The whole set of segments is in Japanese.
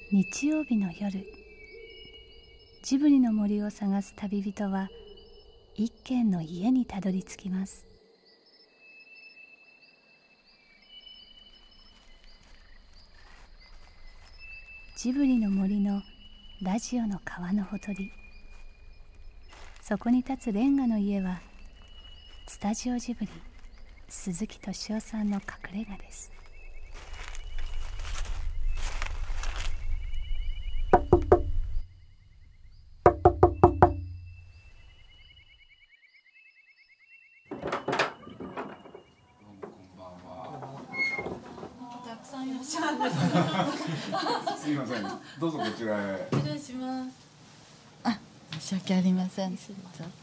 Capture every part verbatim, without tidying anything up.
日曜日の夜、ジブリの森を探す旅人は一軒の家にたどり着きます。ジブリの森のラジオの川のほとり、そこに立つレンガの家はスタジオジブリ鈴木敏夫さんの隠れ家です。 すいません、どうぞこちらへ。 失礼します。あ、申し訳ありません。 ス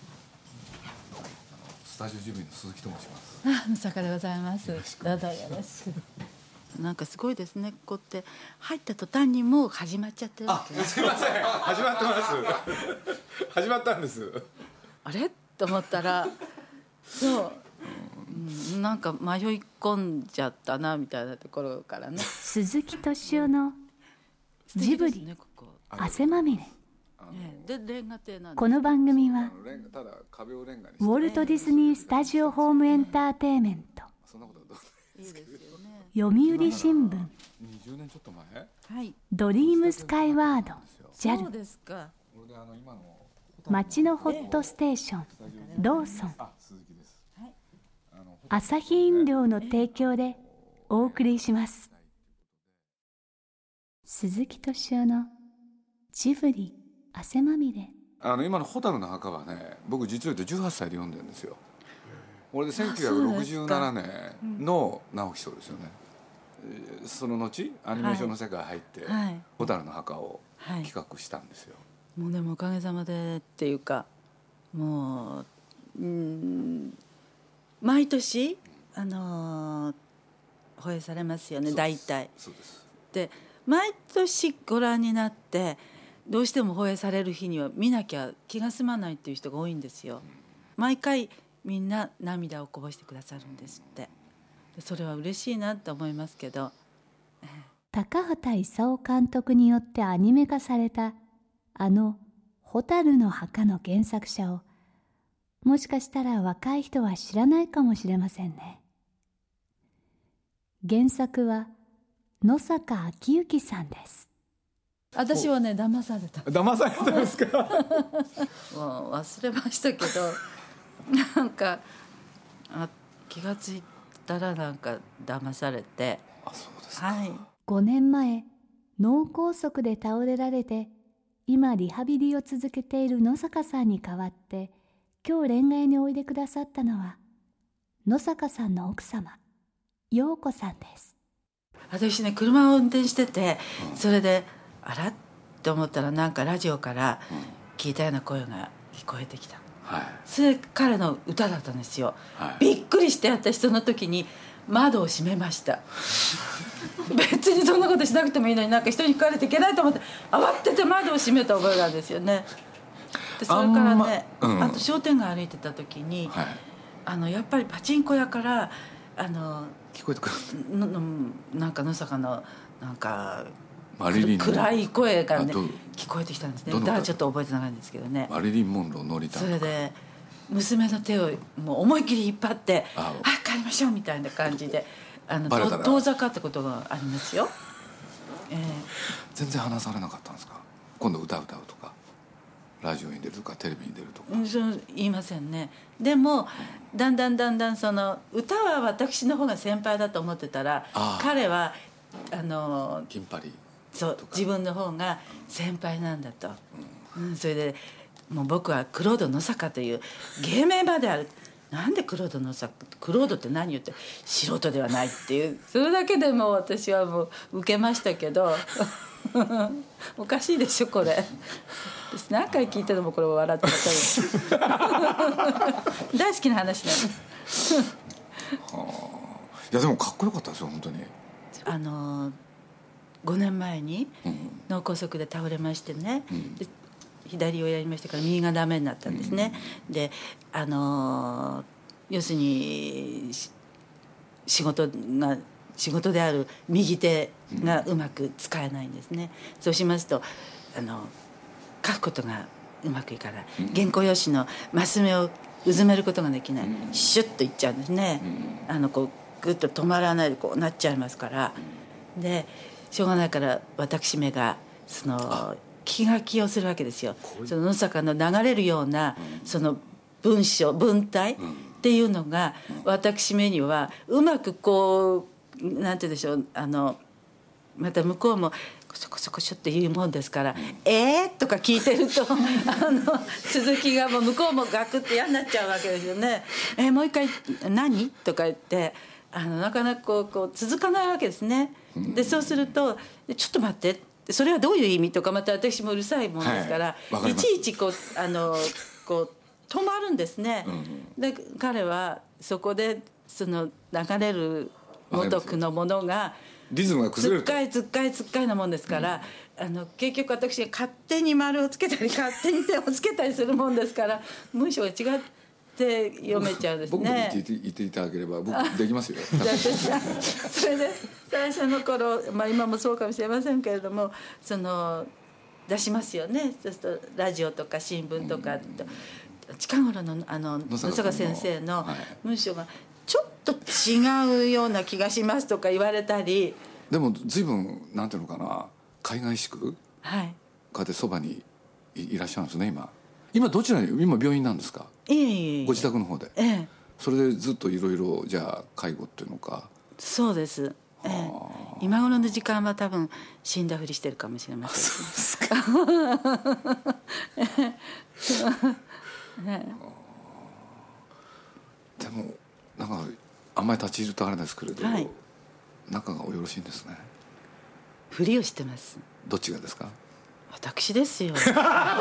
タジオジブリの鈴木と申します。 あ、野坂でございます。どうぞよろしく。なんかすごいですね。ここって入った途端にもう始まっちゃってるわけ。 あ、すいません、始まってます。始まったんです。 あれと思ったら、そう。うん、なんか迷い込んじゃったなみたいなところからね。 鈴木敏夫のジブリ、ね、ここ汗まみれ。 でレンガ亭なんです。 この番組はただ壁をレンガにウォルト・ディズニー・スタジオ・ホーム・エンターテイメント、 そんなことはどうですか。 いいですよね。 読売新聞、 にじゅうねんちょっと前、 はい、 ドリームスカイワード、ジャル、 そうですか。 街のホットステーション、ローソン、アサヒ飲料の提供でお送りします。鈴木敏夫のジブリ汗まみれ。 あの今の蛍の墓はね、僕実を言うとじゅうはっさいで読んでるんですよ。これでせんきゅうひゃくろくじゅうななねんの直木賞ですよね。その後アニメーションの世界入って蛍の墓を企画したんですよ。 もうでもおかげさまでっていうか、もう、うん、毎年あの放映されますよね。大体そうです。 で毎年ご覧になってどうしても放映される日には見なきゃ気が済まないっていう人が多いんですよ。毎回みんな涙をこぼしてくださるんですって。それは嬉しいなと思いますけど、 高畑勲監督によってアニメ化されたあの蛍の墓の原作者を、もしかしたら若い人は知らないかもしれませんね。原作は野坂昭之さんです。 私はね騙された。 騙されたんですか。 もう忘れましたけど、なんかあ気がついたらなんか騙されて。 あ、そうですか。 はい。 ごねんまえ脳梗塞で倒れられて、今リハビリを続けている野坂さんに代わって今日恋愛においでくださったのは野坂さんの奥様陽子さんです。 私ね車を運転してて、それであらって思ったらなんかラジオから聞いたような声が聞こえてきた、はい、それ彼の歌だったんですよ、はい、びっくりして私その時に窓を閉めました別にそんなことしなくてもいいのになんか人に聞かれていけないと思って慌てて窓を閉めた覚えなんですよね。でそれからね あ,、うん、あと商店街歩いてた時に、はい、あのやっぱりパチンコ屋からあの聞こえてくるののなんか野坂のなんかマリリン暗い声がね聞こえてきたんですね。だからちょっと覚えてないんですけどね。 マリリン・モンロー乗りたそれで娘の手をもう思いっきり引っ張って「あ帰りましょう」みたいな感じであの遠ざかったことがありますよ、えー、 全然話されなかったんですか。今度歌歌うとかラジオに出るとかテレビに出るとか、 うん、そう言いませんね。でもだんだんだんだんその歌は私の方が先輩だと思ってたら、彼はあの金パリそう自分の方が先輩なんだと、うんうん、それでもう僕はクロード野坂という芸名まである。なんでクロード野坂、クロードって何言って素人ではないっていう、それだけでも私はもう受けましたけどおかしいでしょこれ。私何回聞いてもこれ笑ってた大好きな話なのはあ、いやでもかっこよかったですよ本当に。 あのごねんまえに脳梗塞で倒れましてね、うん、で左をやりましたから右がダメになったんですね、うん、であの要するに仕事が仕事である右手がうまく使えないんですね、うん、そうしますとあの書くことがうまくいかない、うん、原稿用紙のマス目をうずめることができない、うん、シュッといっちゃうんですね、うん、あのこうグッと止まらないでこうなっちゃいますから、うん、でしょうがないから私めがその気書きをするわけですよ。その野坂の流れるような、うん、その文章文体っていうのが、うん、私めにはうまくこうなんて言うんでしょう、あのまた向こうもこそこそこそって言うもんですから「うん、えー?」とか聞いてるとあの続きがもう向こうもガクッて嫌になっちゃうわけですよね。えー、もう一回何とか言ってあのなかなかこう、こう続かないわけですね。でそうすると「ちょっと待って」それはどういう意味とかまた私もうるさいもんですから、はい、いちいちこうあのこう止まるんですね、うん、で彼はそこでその流れる元句のものがリズムが崩れるとつっかいつっかいつっかいなもんですから、うん、あの結局私が勝手に丸をつけたり勝手に点をつけたりするもんですから文章が違って読めちゃうんですね。 僕も言って、言っていただければ僕できますよ。 それで最初の頃、まあ、今もそうかもしれませんけれどもその出しますよね。そうするとラジオとか新聞とか、うん、近頃のあの野坂先生の文章がちょっと違うような気がしますとか言われたり。 でも随分なんていうのかな海外しく、 はい、 こうやってそばに い, いらっしゃるんですね今。今どちらに今病院なんですか？ いえいえいえ、 ご自宅の方で、 ええ、 それでずっといろいろじゃあ介護っていうのか。 そうです、ええ、今頃の時間は多分死んだふりしてるかもしれません。 ね、でもなんかあんまり立ち入るとあれですけれど、はい、仲がおよろしいんですね。 ふりをしてます。 どっちがですか？ 私ですよ。 そう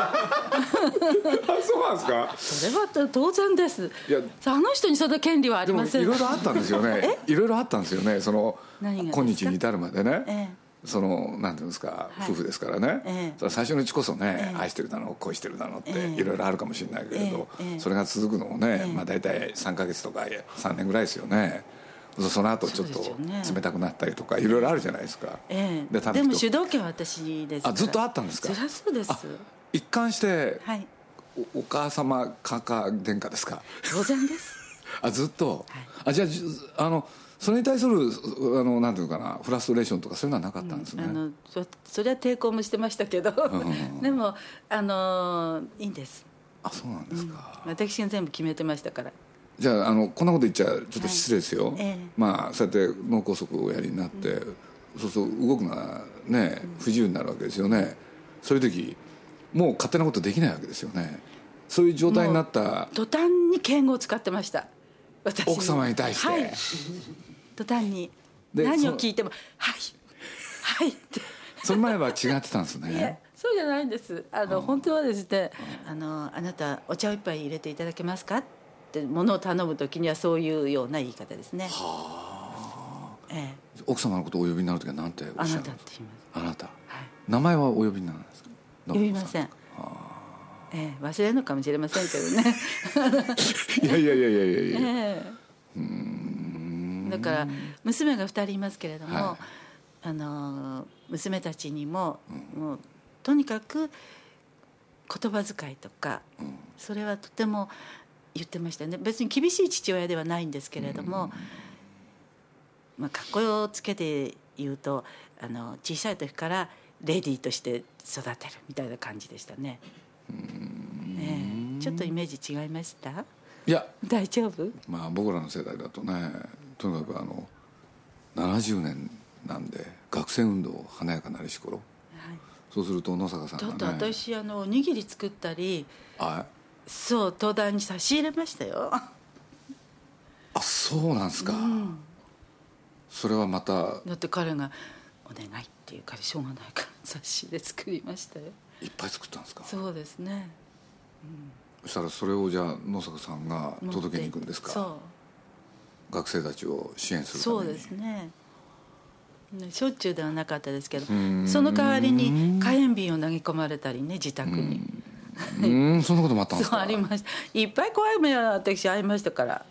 なんですか？ それは当然です。いやあの人にその権利はありません。 でもいろいろあったんですよね。いろいろあったんですよね。その今日に至るまでね、ええ、そのなんていうんですか、はい、夫婦ですからね、ええ、最初のうちこそね、ええ、愛してるだの恋してるだのっていろいろあるかもしれないけれど、ええ、それが続くのもね、ええ、まあ大体さんかげつとかさんねんぐらいですよね。その後ちょっと冷たくなったりとかいろいろあるじゃないですか、 ええ、で, でも主導権は私ですから。 あずっとあったんですか？ そりゃそうです。 一貫して、 はい、 お, お母様かか殿下ですか？ 当然です。 あずっと、はい、あじゃああのそれに対するあのなんていうかなフラストレーションとかそういうのはなかったんですね、 うん、あの そ, それは抵抗もしてましたけど、うん、でもあのいいんです。 あそうなんですか、 うん、私が全部決めてましたから。 じゃあ、あのこんなこと言っちゃちょっと失礼ですよ、はい、ええ、まあそうやって脳梗塞をおやりになって、うん、そうすると動くのはね不自由になるわけですよね、うん、そういう時もう勝手なことできないわけですよね。そういう状態になった途端に敬語を使ってました。私奥様に対して、はい、 途端に何を聞いても「はいはい」ってその前は違ってたんですね。 いやそうじゃないんです。あの、うん、本当はですね、あのあなたお茶を一杯入れていただけますかってものを頼むときにはそういうような言い方ですね。はあ、ええ、奥様のことをお呼びになるときは何ておっしゃるんですか？ あなたって言います。 あなた、はい、名前はお呼びにならないですか？ 呼びません。ええ、忘れるのかもしれませんけどね。 いやいやいやいやいやいや、 ええ、うーんだから娘がふたりいますけれども、はい、あの娘たちにも、うん、もうとにかく言葉遣いとか、うん、それはとても言ってましたね。別に厳しい父親ではないんですけれども、うん、まあ、かっこをつけて言うとあの小さい時からレディーとして育てるみたいな感じでしたね。うーん、ね、ちょっとイメージ違いました？ いや大丈夫？ まあ僕らの世代だとね、とにかくあのななじゅうねんなんで学生運動華やかなりし頃、はい、そうすると野坂さんがね、 だって私あのおにぎり作ったり、 あそう東大に差し入れましたよ。 あそうなんですか、うん、それはまただって彼がお願いっていうからしょうがないから差し入れ作りましたよ。 いっぱい作ったんですか？ そうですね、うん、 そしたらそれをじゃあ野坂さんが届けに行くんですか？ そう学生たちを支援するために。 そうですね、しょっちゅうではなかったですけど、その代わりに火炎瓶を投げ込まれたりね、自宅に。 うんうんそんなこともあったんですか？ そうありました。いっぱい怖い目は私会いましたから。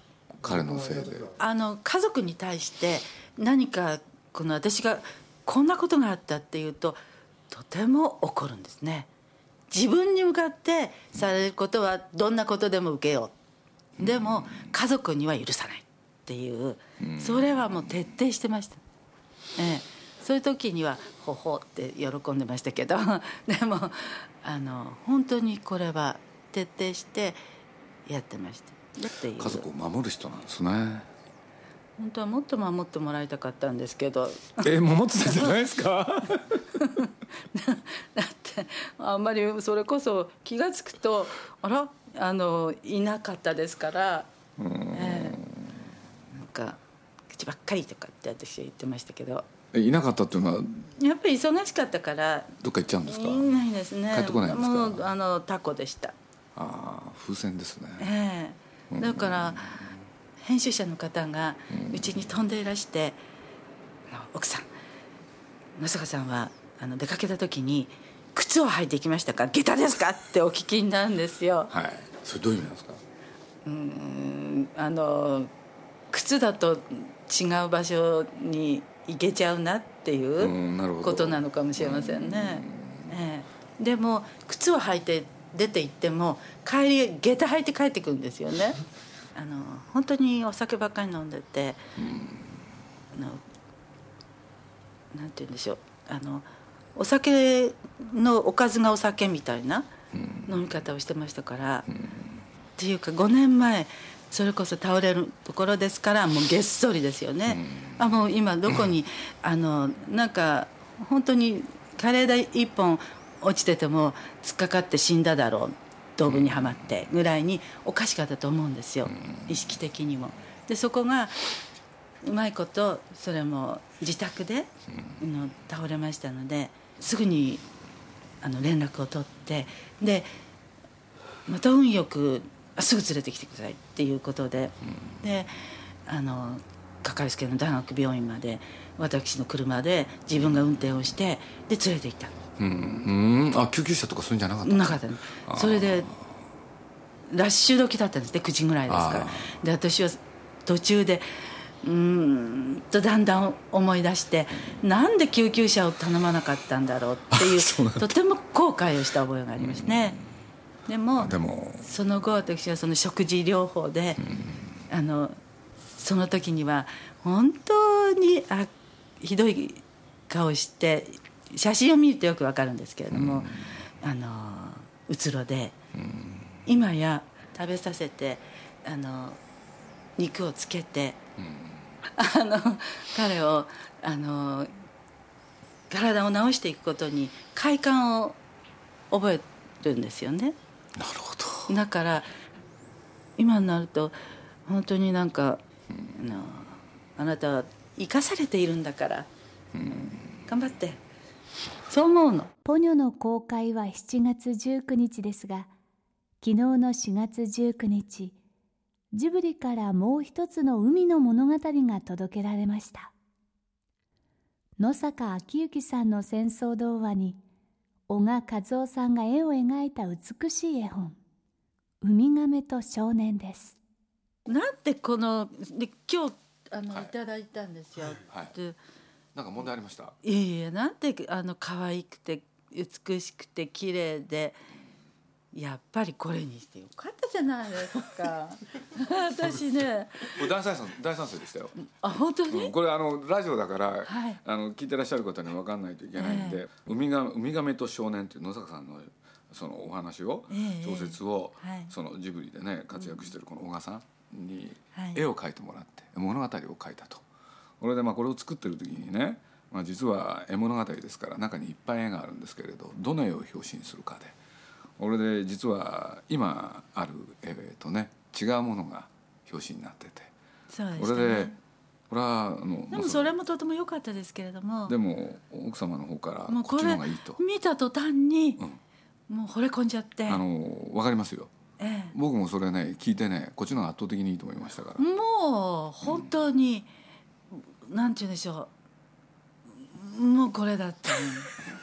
彼のせいで。 あの家族に対して何かこの私がこんなことがあったっていうととても怒るんですね。自分に向かってされることはどんなことでも受けよう、でも家族には許さないっていう、それはもう徹底してました、ええ、そういう時にはほほって喜んでましたけどでもあの本当にこれは徹底してやってましたっていう。 家族を守る人なんですね。 本当はもっと守ってもらいたかったんですけどえ守ってたんじゃないですかだってあんまりそれこそ気が付くとあらあのいなかったですから、うん、えー、なんか口ばっかりとかって私は言ってましたけど。 いなかったっていうのはやっぱり忙しかったからどっか行っちゃうんですか。いないですね。 帰ってこないんですか。 もうあのタコでした。 ああ風船ですね、 ええー、だから編集者の方がうちに飛んでいらして、うん、奥さん野坂さんはあの出かけた時に靴を履いていきましたか下駄ですかってお聞きになるんですよ。 はい、それどういう意味なんですか。 うーんあの靴だと違う場所に行けちゃうなっていうことなのかもしれませんね、ええ、でも靴を履いて出て行っても帰り下駄履いて帰ってくるんですよね。あの本当にお酒ばっかり飲んでて、あのなんて言うんでしょう、あのお酒のおかずがお酒みたいな飲み方をしてましたから、っていうかごねんまえそれこそ倒れるところですからもうげっそりですよね、うん、あもう今どこにあのなんか本当に枯れ枝一本落ちてても突っかかって死んだだろうドブにはまってぐらいにおかしかったと思うんですよ、意識的にも。でそこがうまいことそれも自宅での倒れましたのですぐにあの連絡を取ってでまた運よくすぐ連れてきてくださいっていうことで、うん、であのかかりつけの大学病院まで私の車で自分が運転をしてで連れて行った、 うん、うんあ救急車とかそういうんじゃなかったなかったね。それでラッシュ時だったんですねくじぐらいですからで私は途中でうーんとだんだん思い出してなんで救急車を頼まなかったんだろうっていうとても後悔をした覚えがありますね、うん、でも、でもその後私はその食事療法で、うん、あのその時には本当にあひどい顔して写真を見るとよくわかるんですけれども、うん、あのうつろで、うん、今や食べさせてあの肉をつけて、うん、あの彼をあの体を治していくことに快感を覚えるんですよね。 なるほど。 だから今になると本当になんか、うん、あのあなたは生かされているんだから、うん、頑張ってそう思うの。 ポニョの公開はしちがつじゅうくにちですが昨日のしがつじゅうくにちジブリからもう一つの海の物語が届けられました。野坂昭之さんの戦争童話に小賀和夫さんが絵を描いた美しい絵本ウミガメと少年です。 なんでこので今日あの、はい、いただいたんですよ、 はいはい、なんか問題ありました？ いやいやなんであの可愛くて美しくて綺麗でやっぱりこれにしてよかったじゃないですか私ね大賛成大賛成でしたよ。 あ本当に、 うん、これあのラジオだから、はい、あの聞いてらっしゃる方には分かんないといけないんで、えー、ウミガウミガメと少年っていう野坂さんのそのお話を、えー、小説を、はい、そのジブリでね活躍してるこの小賀さんに絵を描いてもらって、はい、物語を描いたと。これでまあこれを作ってる時にね、まあ、実は絵物語ですから中にいっぱい絵があるんですけれどどの絵を表紙にするかで俺で実は今ある絵とね違うものが表紙になっててそうでしたね。 これでこれはあのでもそれもとても良かったですけれどもでも奥様の方からこっちの方がいいと見た途端に、うん、もう惚れ込んじゃってあの分かりますよ、ええ、僕もそれね聞いてねこっちの方が圧倒的にいいと思いましたからもう本当に、うん、なんて言うんでしょうもうこれだって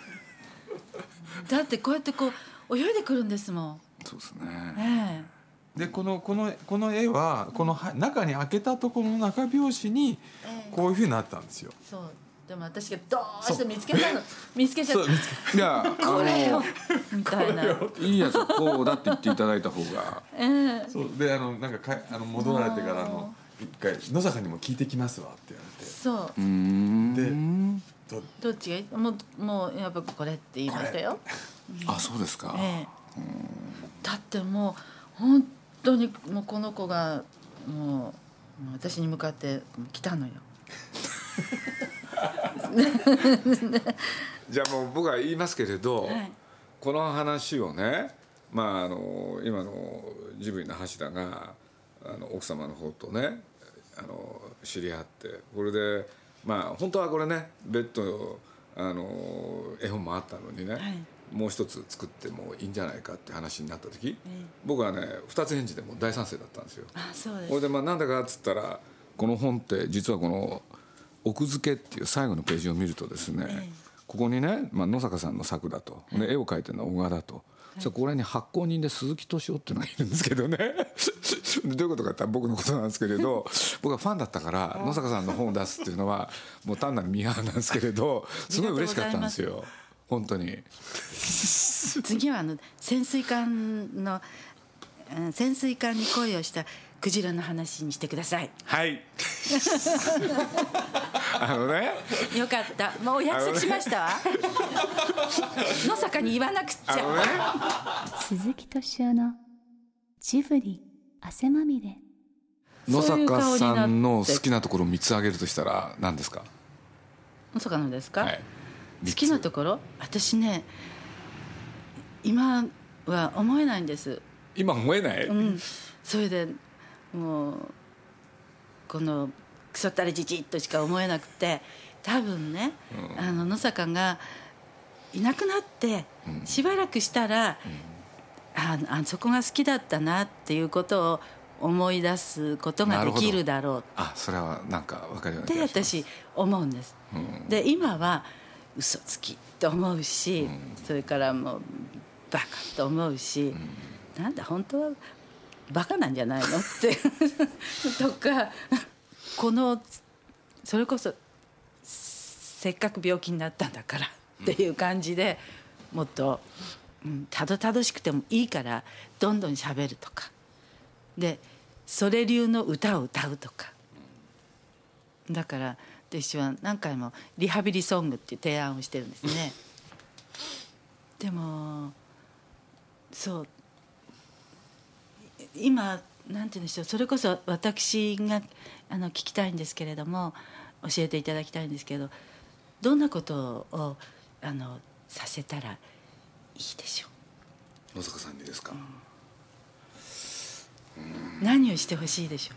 だってこうやってこう泳いでくるんですもん。 そうですね、えでこのこのこの絵はこの中に開けたところの中表紙にこういうふうになったんですよ。 そうでも私がどうして見つけたの見つけちゃった。 いやこれよみたいな。 いいやつこうだって言っていただいた方が。 えー、 そうであのなんかかあの戻られてからあの一回野坂にも聞いてきますわって言われて。 そう。 うーんでどどっちがいい？もうもうやっぱこれって言いましたよ。 あ、そうですか。 ええ、だってもう本当にもうこの子がもう、もう私に向かって来たのよ。 じゃあもう僕は言いますけれど、 はい、 この話をね、まあ、あの今のジブリの橋田があの奥様の方とねあの知り合って、これでまあ本当はこれね別途あの絵本もあったのにね、はい、もう一つ作ってもいいんじゃないかって話になった時、えー、僕はね二つ返事でも大賛成だったんですよ。 あ、そうです。 これでまあなんだかっつったらこの本って実はこの奥付けっていう最後のページを見るとですね、ええ、ここにね、まあ、野坂さんの作だと、で、はい、絵を描いてるのは小川だと、はい、そこらに発行人で鈴木敏夫っていうのがいるんですけどねどういうことかって僕のことなんですけれど僕はファンだったから野坂さんの本を出すっていうのはもう単なるミーハーなんですけれどすごい嬉しかったんですよ本当に次はあの潜水艦の潜水艦に恋をしたクジラの話にしてください。 はいあのねよかった、もうお約束しましたわ、ね、野坂に言わなくっちゃ、ね、 鈴木敏夫のジブリ汗まみれ。 野坂さんの好きなところをみっつ挙げるとしたら何ですか？ 野坂のですか、 はい、 好きなところ、私ね今は思えないんです。 今思えない、 うん、それでもうこのクソったれじじっとしか思えなくて、多分ね、うん、あの野坂がいなくなってしばらくしたら、うん、ああそこが好きだったなっていうことを思い出すことができるだろう。 あ、それはなんか分かるような気がします。 で私思うんです、うん、で今は嘘つきと思うし、うん、それからもうバカと思うし、うん、なんだ本当はバカなんじゃないのってとか、このそれこそせっかく病気になったんだからっていう感じで、もっと、うん、たどたどしくてもいいからどんどん喋るとかで、それ流の歌を歌うとか、だから私は何回もリハビリソングっていう提案をしてるんですねでもそう今なんて言うんでしょう、それこそ私があの聞きたいんですけれども、教えていただきたいんですけど、どんなことをあのさせたらいいでしょう。野坂さんにですか、 うん、何をしてほしいでしょ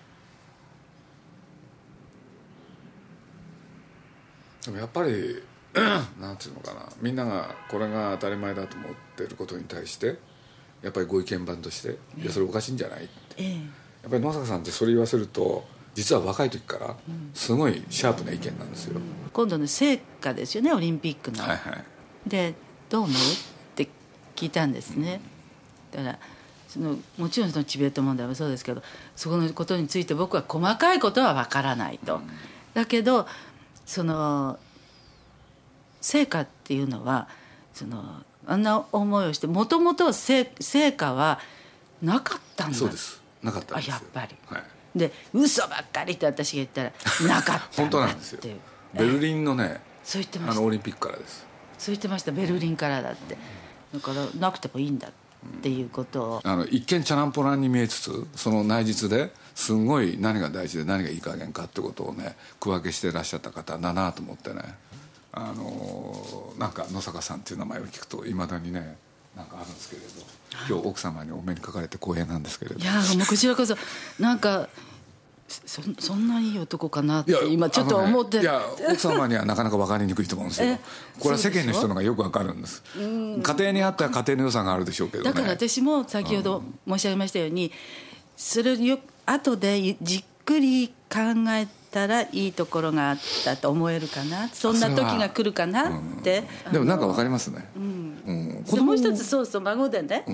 う。でもやっぱりなんていうのかな、みんながこれが当たり前だと思っていることに対してやっぱりご意見番として、いやそれおかしいんじゃないって、ええ、やっぱり野坂さんってそれ言わせると実は若い時からすごいシャープな意見なんですよ、うん、 今度の成果ですよね、オリンピックの、はいはい、でどう思うって聞いたんですね、うん、だからそのもちろんそのチベット問題もそうですけど、そこのことについて僕は細かいことは分からないと、うん、だけどその成果っていうのはそのあんな思いをして、もともと成果はなかったんだ。 そうです、なかったんですよ。 あ、やっぱり、 はい、 で嘘ばっかりって私が言ったらなかったんだって本当なんですよ。ベルリンのね、 そう言ってました。 あのオリンピックからです。 そう言ってました、ベルリンからだって。だからなくてもいいんだっていうことを、 うん、あの一見チャランポランに見えつつ、その内実ですごい何が大事で何がいい加減かってことをね区分けしてらっしゃった方だなと思ってね、あのなんか野坂さんっていう名前を聞くといまだにねなんかあるんですけれど、今日奥様にお目にかかれて光栄なんですけれど、 いやもうこちらこそなんか そ, そんないい男かなって今ちょっと思って、 いや、ね、いや奥様にはなかなか分かりにくいと思うんですよこれは世間の人の方がよく分かるんです。家庭にあったら家庭の良さがあるでしょうけどね。 だから私も先ほど申し上げましたように、それをよ後でじっくり考えたらいいところがあったと思えるかな、そんな時が来るかなって、 うん、でもなんか分かりますね、 うんうん、子供もう一つそうそう孫でね、うん、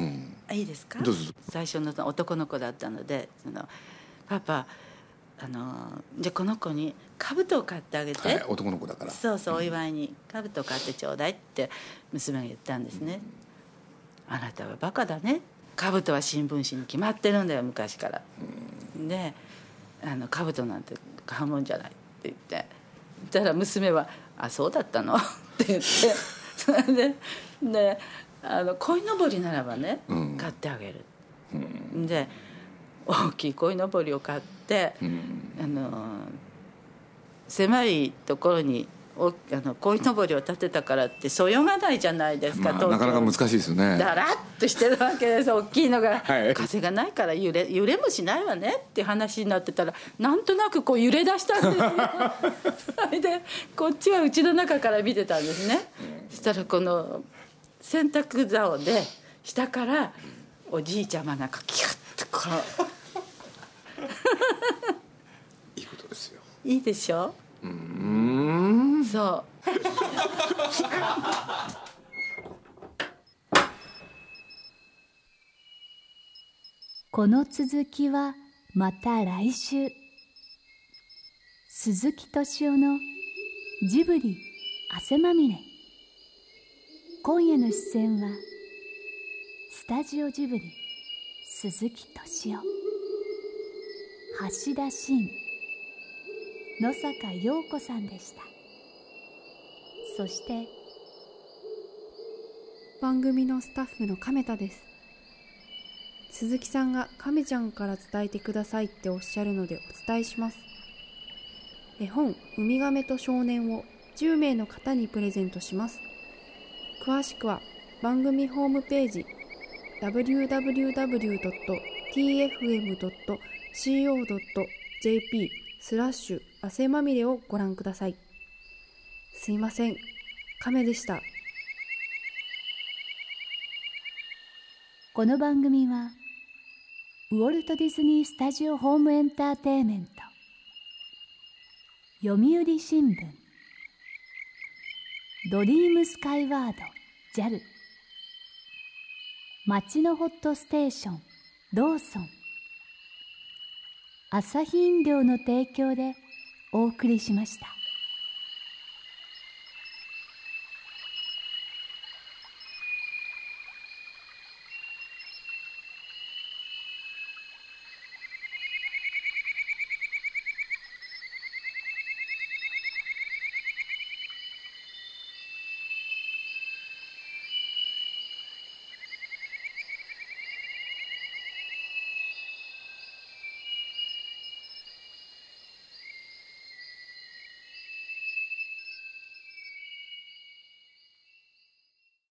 いいですか。 どうぞ。 最初の男の子だったので、そのパパあのじゃあこの子に兜を買ってあげて、 はい、男の子だから。 そうそう、お祝いに兜を買ってちょうだいって娘が言ったんですね、うん、あなたはバカだね、兜は新聞紙に決まってるんだよ昔から、うん、であの兜なんて買うもんじゃないって言って、そしたら娘はあそうだったのって言ってそれでであの鯉のぼりならばね、うん、買ってあげる、うん、で大きい鯉のぼりを買って、うん、あの狭いところにおあの鯉のぼりを立てたからってそよがないじゃないですか、 まあ、なかなか難しいですね。 だらっとしてるわけです大きいのが、 はい、 風がないから揺れ揺れもしないわねって話になってたら、なんとなくこう揺れ出したんですよそれでこっちはうちの中から見てたんですね、うん、そしたらこの洗濯竿で下からおじいちゃまがキュッとこういいことですよ。 いいでしょ。 うーん、 そうこの続きはまた来週。鈴木敏夫のジブリ汗まみれ。今夜の出演はスタジオジブリ鈴木敏夫、橋田真、野坂陽子さんでした。そして番組のスタッフの亀田です。鈴木さんが亀ちゃんから伝えてくださいっておっしゃるのでお伝えします。絵本ウミガメと少年をじゅうめいの方にプレゼントします。詳しくは番組ホームページ ダブリューダブリューダブリュードットティーエフエムドットコードットジェーピー スラッシュ汗まみれをご覧ください。すいません、亀でした。 この番組はウォルト・ディズニー・スタジオ・ホーム・エンターテインメント、読売新聞、ドリームスカイワード ジャル、 街のホットステーションローソン、アサヒ飲料の提供でお送りしました。